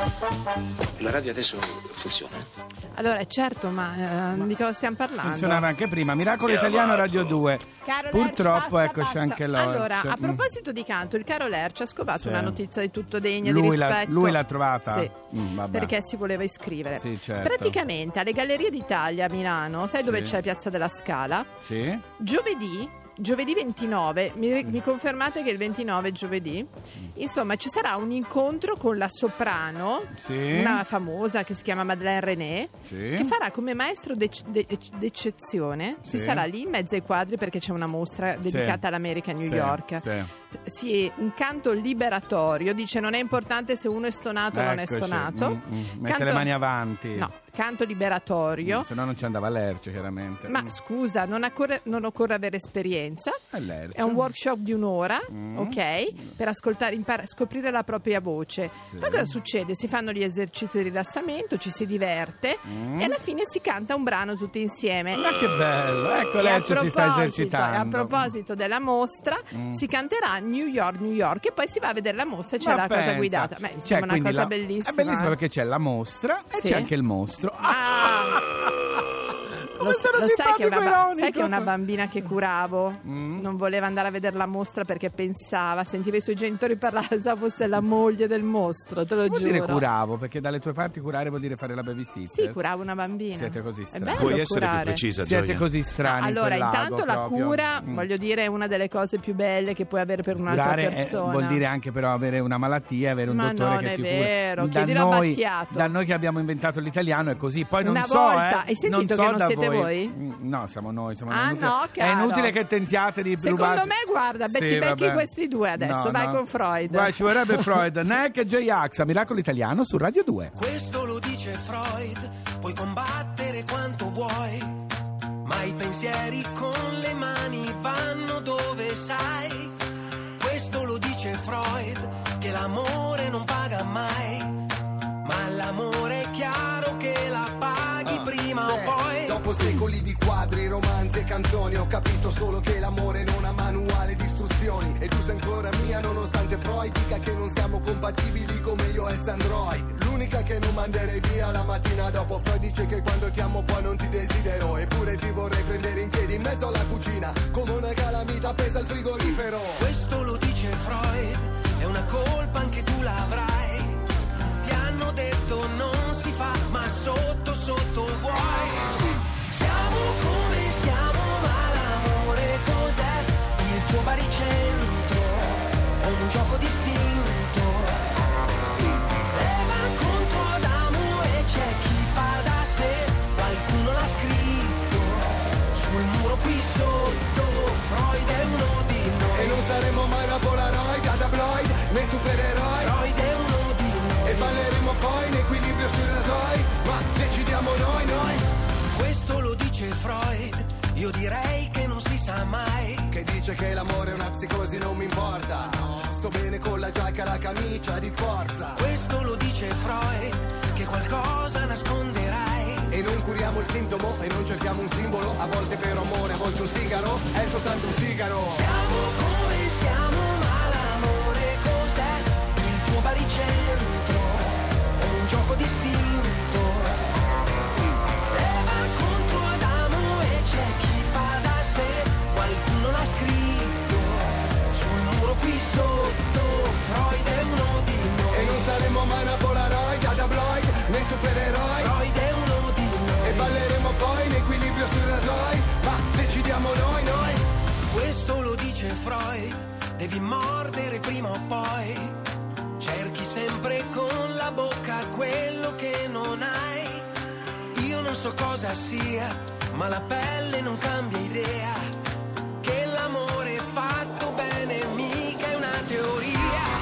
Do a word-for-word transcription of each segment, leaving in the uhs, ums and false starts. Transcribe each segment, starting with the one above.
La radio adesso funziona? Allora, certo, ma, eh, di cosa stiamo parlando? Funzionava anche prima. Miracolo Italiano Radio due. Caro Purtroppo Lerch, eccoci passa, anche passa. Lerch. Allora, a Mm. proposito di canto, il caro Lerch ha scovato Sì. una notizia di tutto degna Lui di l'ha- rispetto. lui l'ha trovata? Sì, Mm, vabbè. perché si voleva iscrivere. Sì, certo. Praticamente alle Gallerie d'Italia a Milano, sai dove Sì. c'è Piazza della Scala? Sì? Giovedì Giovedì ventinove, mi, mi confermate che il ventinove è giovedì? Insomma, ci sarà un incontro con la soprano, Sì. una famosa che si chiama Madeleine René, Sì. che farà come maestro d'ec- de- d'eccezione. Si Sì. sarà lì in mezzo ai quadri perché c'è una mostra dedicata all'America a New Sì, York. sì. Sì, un canto liberatorio, dice non è importante se uno è stonato o non è Eccoci. stonato. Mm, mm. Mette Canto- le mani avanti. No, canto liberatorio. Mm, se no non ci andava Lerch, chiaramente. Ma Mm. scusa, non occorre, non occorre avere esperienza. È Lerch. È un workshop di un'ora, Mm. ok? Per ascoltare, impar- scoprire la propria voce. Sì. Poi cosa succede? Si fanno gli esercizi di rilassamento, ci si diverte Mm. e alla fine si canta un brano tutti insieme. Ma che bello, ecco E a Lerch si sta proposito- esercitando. A proposito della mostra, Mm. si canterà New York, New York e poi si va a vedere la mostra e c'è Ma la pensa. cosa guidata. Beh, mi Cioè, sembra una quindi cosa la- bellissima. È bellissima perché c'è la mostra e Sì. c'è anche il mostro. Ah! Come Lo, sono lo sai, che una, ba- simpatico, sai che ironico. una bambina che curavo Mm. non voleva andare a vedere la mostra perché pensava, sentiva i suoi genitori parlare, sa fosse la moglie del mostro, te lo Vuol giuro. dire curavo, perché dalle tue parti curare vuol dire fare la babysitter. Sì, curavo una bambina. Siete così È strani. bello Puoi essere curare. più precisa, Siete Gioia? così strani. in Allora, quel lago, intanto la proprio. cura, Mm. voglio dire, è una delle cose più belle che puoi avere per un'altra Curare è- persona. vuol dire anche però avere una malattia, avere un Ma dottore non che è ti vero, cura. Da chiedilo a noi, Battiato. da noi che abbiamo inventato l'italiano è così. Poi non Una so, volta. eh, Hai sentito non che so non da siete voi. voi? Mm, No, siamo noi, siamo Ah, noi. Inutile- no, È caro. inutile che tentiate di Secondo rubarci- me, guarda, becchi, Sì, becchi vabbè. questi due adesso, No, vai no. con Freud. Guarda, ci vorrebbe Freud. Neck e J-Ax, Miracolo Italiano su Radio due. Questo lo dice Freud, puoi combattere quanto vuoi, ma i pensieri con le mani vanno dove sai. Questo lo dice Freud, che l'amore non paga mai, ma l'amore è chiaro che la paghi Ah, prima sì. o poi. Dopo secoli di quadri, romanzi e canzoni, ho capito solo che l'amore non ha manuale di istruzioni. E tu sei ancora mia nonostante Freud dica che non siamo compatibili come io e Android. L'unica che non manderei via la mattina dopo. Freud dice che quando ti amo poi non ti desidero, eppure ti vorrei prendere in piedi in mezzo alla cucina come una calamita appesa al frigorifero. Questo lo dice Freud, è una colpa anche tu l'avrai. Ti hanno detto non si fa, ma sotto sotto vuoi. Siamo come siamo, ma l'amore cos'è? Il tuo baricentro, è un gioco distinto. Eva contro Adamo e c'è chi fa da sé, qualcuno l'ha scritto sul muro qui sotto. Freud è uno di noi. E non saremo mai una Polaroid, a tabloid, né supereroi. Freud è uno di noi. E balleremo poi in equilibrio sui rasoi, ma decidiamo noi, noi. Questo lo dice Freud, io direi che non si sa mai. Che dice che l'amore è una psicosi, non mi importa. Sto bene con la giacca e la camicia di forza. Questo lo dice Freud, che qualcosa nasconderai. E non curiamo il sintomo e non cerchiamo un simbolo. A volte per amore, a volte un sigaro, è soltanto un sigaro. Siamo come siamo, ma l'amore cos'è? Il tuo baricentro, è un gioco distinto. Eva contro Adamo e c'è chi fa da sé, qualcuno l'ha scritto sul muro qui sotto. Freud è uno di noi. E non saremo mai una Polaroid, a tabloid, né supereroi. Freud è uno di noi. E balleremo poi in equilibrio sui rasoi, ma decidiamo noi, noi. Questo lo dice Freud, devi mordere prima o poi. Cerchi sempre con la bocca quello che non hai. Io non so cosa sia, ma la pelle non cambia idea. Che l'amore fatto bene mica è una teoria.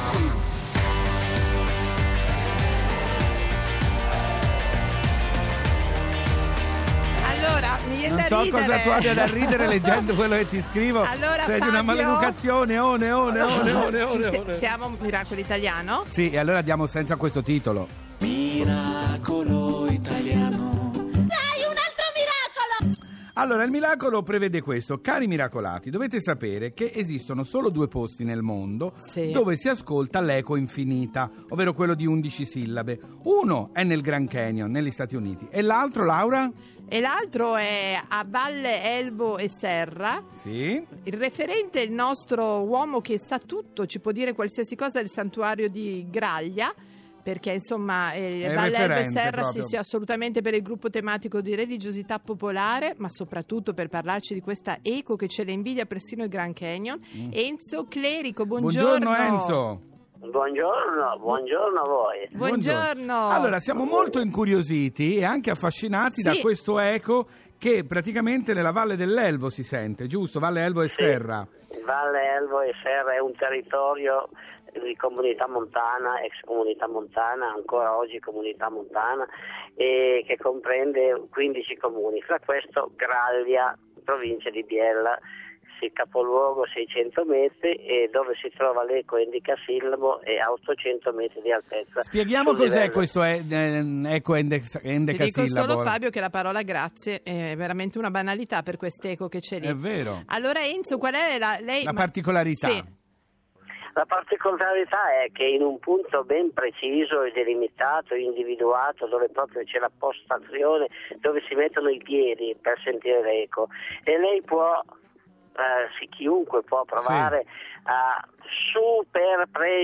Allora, mi viene Non da so ridere. cosa tu abbia da ridere leggendo quello che ti scrivo. Allora, Sei di una Fabio- maleducazione, one, one, one, one, Ci one, sti- one. siamo Miracolo Italiano? Sì, e allora diamo senso a questo titolo. Miracolo italiano. Dai, un altro miracolo! Allora, il miracolo prevede questo. Cari miracolati, dovete sapere che esistono solo due posti nel mondo Sì. dove si ascolta l'eco infinita, ovvero quello di undici sillabe. Uno è nel Grand Canyon, negli Stati Uniti, e l'altro, Laura? E l'altro è a Valle Elvo e Serra. Sì. Il referente è il nostro uomo che sa tutto, ci può dire qualsiasi cosa del santuario di Graglia, perché insomma eh, È il Valle Elvo e referente Serra sì, proprio. sì, assolutamente per il gruppo tematico di religiosità popolare, ma soprattutto per parlarci di questa eco che ce le invidia persino il Grand Canyon. Mm. Enzo Clerico, buongiorno. Buongiorno Enzo. Buongiorno, buongiorno a voi. Buongiorno. Allora, siamo molto incuriositi e anche affascinati Sì. da questo eco che praticamente nella Valle dell'Elvo si sente, giusto? Valle Elvo e Sì. Serra. Valle Elvo e Serra è un territorio di comunità montana, ex comunità montana, ancora oggi comunità montana, e che comprende quindici comuni, fra questo Graglia, provincia di Biella, il capoluogo seicento metri e dove si trova l'eco endecasillabo e a ottocento metri di altezza. Spieghiamo Sul cos'è livello- questo e- eh, eco endex- Ti dico endecasillabo. solo, Fabio, che la parola grazie è veramente una banalità per quest'eco che c'è lì. È vero. Allora Enzo, qual è la, lei, La ma- particolarità. Sì. La particolarità è che in un punto ben preciso e delimitato, individuato, dove proprio c'è la postazione, dove si mettono i piedi per sentire l'eco, e lei può, eh, sì, chiunque può provare a super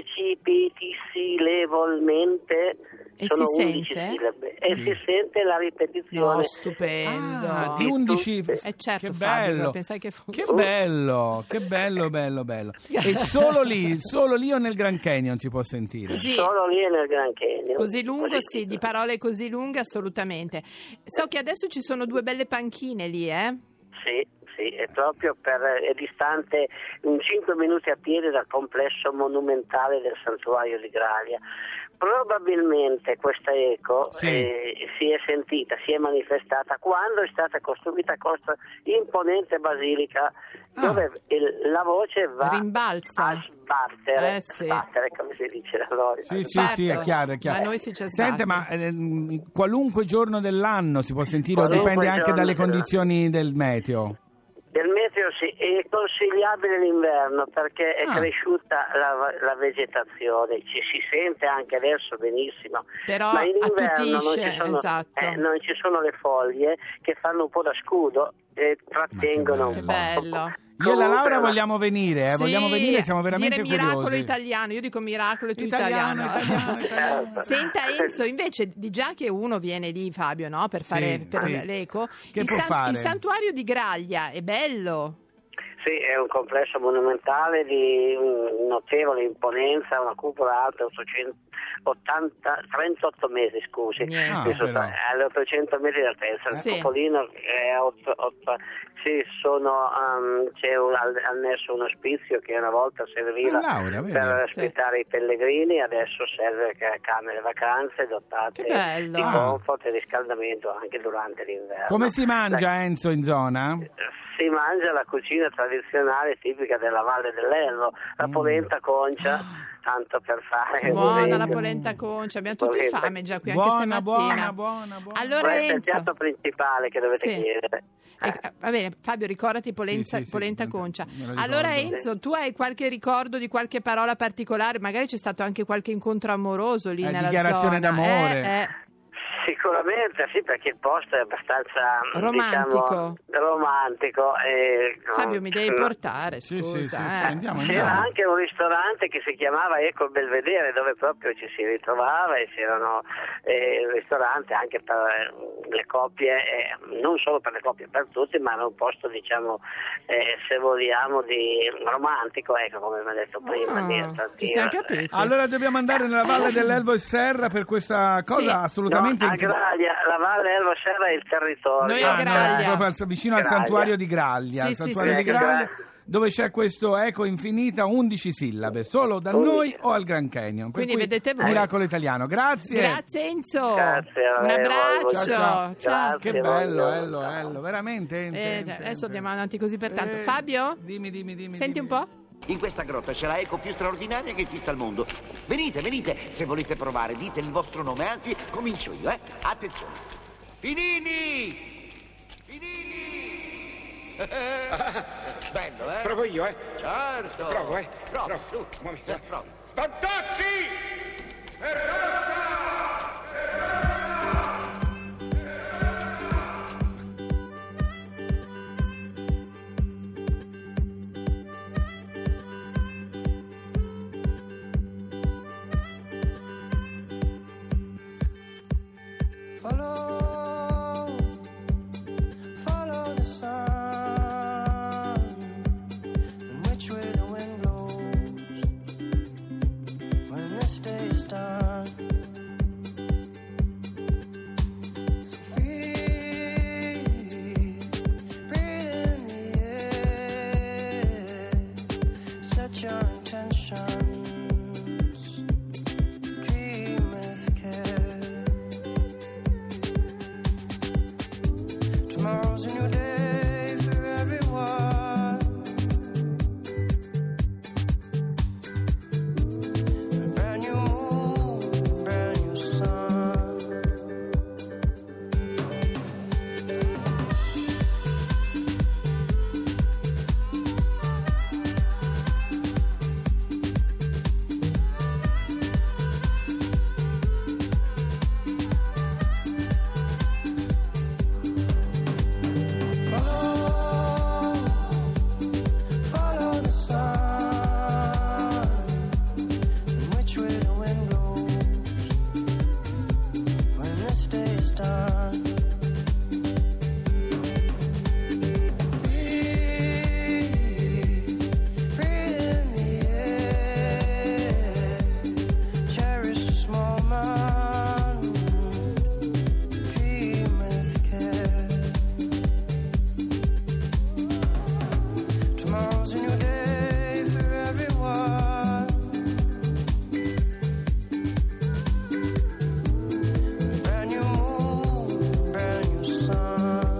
precipitissilevolmente, E sono si undici sente? sillabe, e Sì. si sente la ripetizione. No, stupendo. Ah, di undici. Eh certo, che Fabio, bello. pensai che fosse- Che bello, che bello, bello, bello. E solo lì, solo lì o nel Grand Canyon si può sentire? Così, Solo lì nel Grand Canyon. così lungo, Così- sì, di parole così lunghe, assolutamente. So che adesso ci sono due belle panchine lì, eh? Sì, sì, è proprio per, è distante un cinque minuti a piedi dal complesso monumentale del santuario di Graglia. Probabilmente questa eco Sì. eh, si è sentita, si è manifestata quando è stata costruita questa imponente basilica, Ah. dove il- la voce va Rimbalza. a sbattere, Eh, sì. sbattere come si dice da noi. Sì, sì, Certo, sì, è chiaro, è chiaro. ma noi si c'è Sente, stato. ma ehm, qualunque giorno dell'anno si può sentire o Qualunque dipende anche giorno dalle dell'anno. condizioni del meteo? Del meteo sì, è consigliabile l'inverno perché è Ah. cresciuta la, la vegetazione, ci si sente anche adesso benissimo, Però ma in inverno non attutisce, ci, sono, esatto. eh, non ci sono le foglie che fanno un po' da scudo e trattengono che un bello. po'. Che bello. Io e la Comunque, Laura la- vogliamo venire, eh, Sì, vogliamo venire, siamo veramente dire miracolo curiosi. italiano, io dico miracolo e tu Italiano, italiano. italiano, italiano. Senta Enzo, invece di già che uno viene lì, Fabio, no, per fare Sì, per sì. l'eco, Che il, può fare? il santuario di Graglia è bello. Sì, è un complesso monumentale di mm, notevole imponenza, una cupola alta ottocentottanta, trentotto metri, scusi, Niente. Ah, Questo però. sta- alle ottocento metri di altezza, il Sì. cupolino è a otto, otto, sì, sono, um, c'è un, al- annesso un ospizio che una volta serviva Ah, Laura, vedi? per Sì. ospitare i pellegrini, adesso serve che camere vacanze dotate Che bello. di Ah. comfort e riscaldamento anche durante l'inverno. Come si mangia, La- Enzo, in zona? si mangia la cucina tradizionale tipica della Valle dell'Elvo, la Mm. polenta concia, tanto per fare un Buona la esempio. polenta concia, abbiamo tutti Polenta. fame già qui anche Buona, stamattina. buona, buona, buona. Allora Questo è il Enzo, piatto principale che dovete Sì. chiedere. eh, va bene, Fabio, ricordati polenta, Sì, sì, sì, polenta me- concia. me lo Allora ricordo. Enzo, tu hai qualche ricordo di qualche parola particolare? Magari c'è stato anche qualche incontro amoroso lì Eh, nella dichiarazione zona. d'amore. Eh, eh. Sicuramente sì, perché il posto è abbastanza Romantico. diciamo, romantico e, Fabio, mi devi no, portare, Sì, scusa. sì, sì, eh. sì, andiamo, C'era andiamo. anche un ristorante che si chiamava Ecco il Belvedere, dove proprio ci si ritrovava e c'erano eh, un ristorante anche per eh, le coppie, eh, non solo per le coppie, per tutti, ma era un posto, diciamo, eh, se vogliamo, di romantico, ecco, come mi ha detto prima. Ah, di ci siamo capiti. Allora dobbiamo andare nella Valle dell'Elvo e Serra per questa cosa Sì. assolutamente No, a incredibile. Graglia, la Valle Elvo Serra è il territorio. Noi a Ah, no, Graglia. proprio al- vicino al Graglia. santuario di Graglia, Sì, al sì, santuario sì, di sì. Graglia, dove c'è questo eco infinita, undici sillabe, solo da undici. noi o al Grand Canyon. Per Quindi cui, vedete voi. miracolo italiano. Grazie. Grazie Enzo. Grazie a Un voi, abbraccio. ciao, Ciao. Che Grazie, bello, buongiorno. Ello, Ello, veramente. ente, Eh, ente, adesso ente. andiamo avanti così per tanto. Eh, Fabio? Dimmi, dimmi, dimmi. Senti un dimmi. po'. In questa grotta c'è la eco più straordinaria che esista al mondo. Venite, venite. Se volete provare, dite il vostro nome. Anzi, comincio io, eh. Attenzione. Finini! Finini! Bello, eh? Provo io, eh? Certo. Provo, eh? Provo, Provo. su. Un momento. Eh, provo. Fantozzi! Follow, follow the sun, and which way the wind blows when this day is done. So free, breathe in the air, set your intentions, dream with care. Tomorrow's a new day for everyone. A brand new moon, brand new sun. Follow, follow the sun, and which way the wind blows when this day is done. Breathe, breathe in the air, cherish this moment, dream with care. Tomorrow's a new day for everyone. A brand new moon, brand new sun.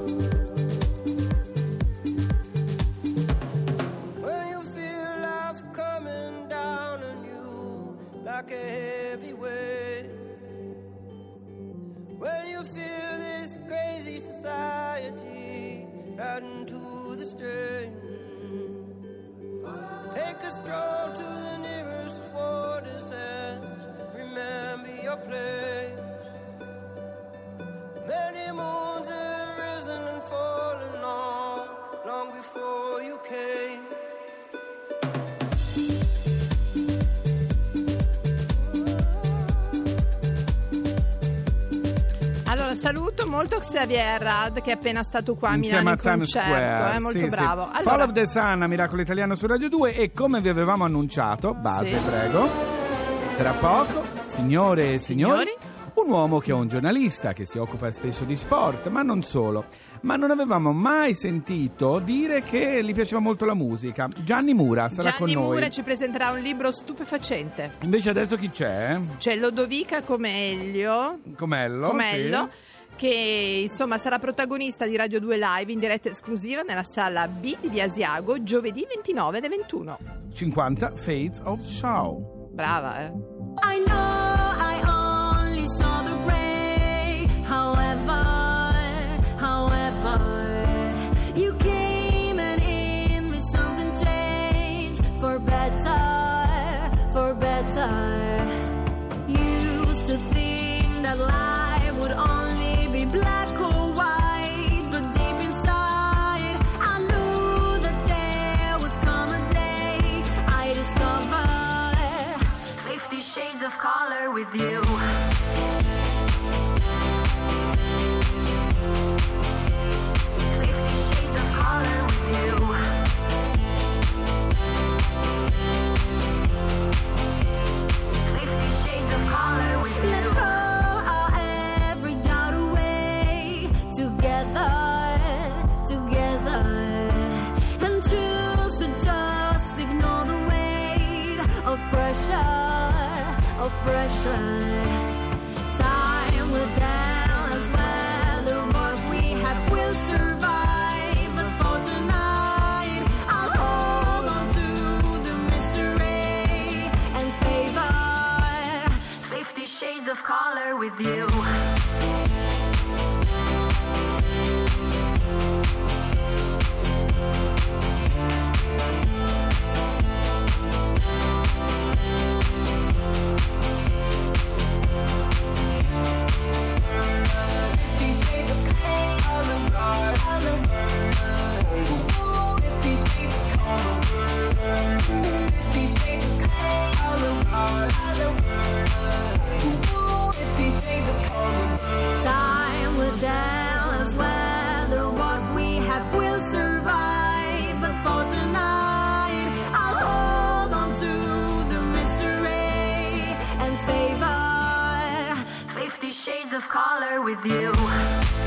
When you feel life coming down on you like a heavy weight. When you feel this crazy society adding to the strain. Take a stroll to the nearest water's edge. Remember your place. Many moons have risen and fallen long, long before you came. Allora saluto molto Xavier Rad che è appena stato qua a Insieme Milano a in Times concerto, Square. è molto Sì, sì. bravo. Fall Allora, of the Sun, a Miracolo Italiano su Radio due, e come vi avevamo annunciato, base Sì. prego, tra poco, signore e signori, Signori? un uomo che è un giornalista che si occupa spesso di sport, ma non solo. Ma non avevamo mai sentito dire che gli piaceva molto la musica. Gianni Mura sarà Gianni con noi. Mura ci presenterà un libro stupefacente. Invece adesso chi c'è? C'è Lodovica Comello, Comello. Comello sì. che insomma sarà protagonista di Radio due Live in diretta esclusiva nella sala B di Via Asiago giovedì ventinove alle ventuno. cinquanta Fate of Show. Brava, eh. I know I only saw the gray. However, however, you came and in me something changed for better, for better. Used to think that life would only be black or white, but deep inside I knew that there would come a day I discovered fifty shades of color with you. Fifty shades of color with you. Fifty shades of color with you. Let's throw our every doubt away together, together, and choose to just ignore the weight of pressure, of pressure. Time will tell us whether what we have will survive, but for tonight I'll hold on to the mystery and savor fifty shades of color with you. of color with you.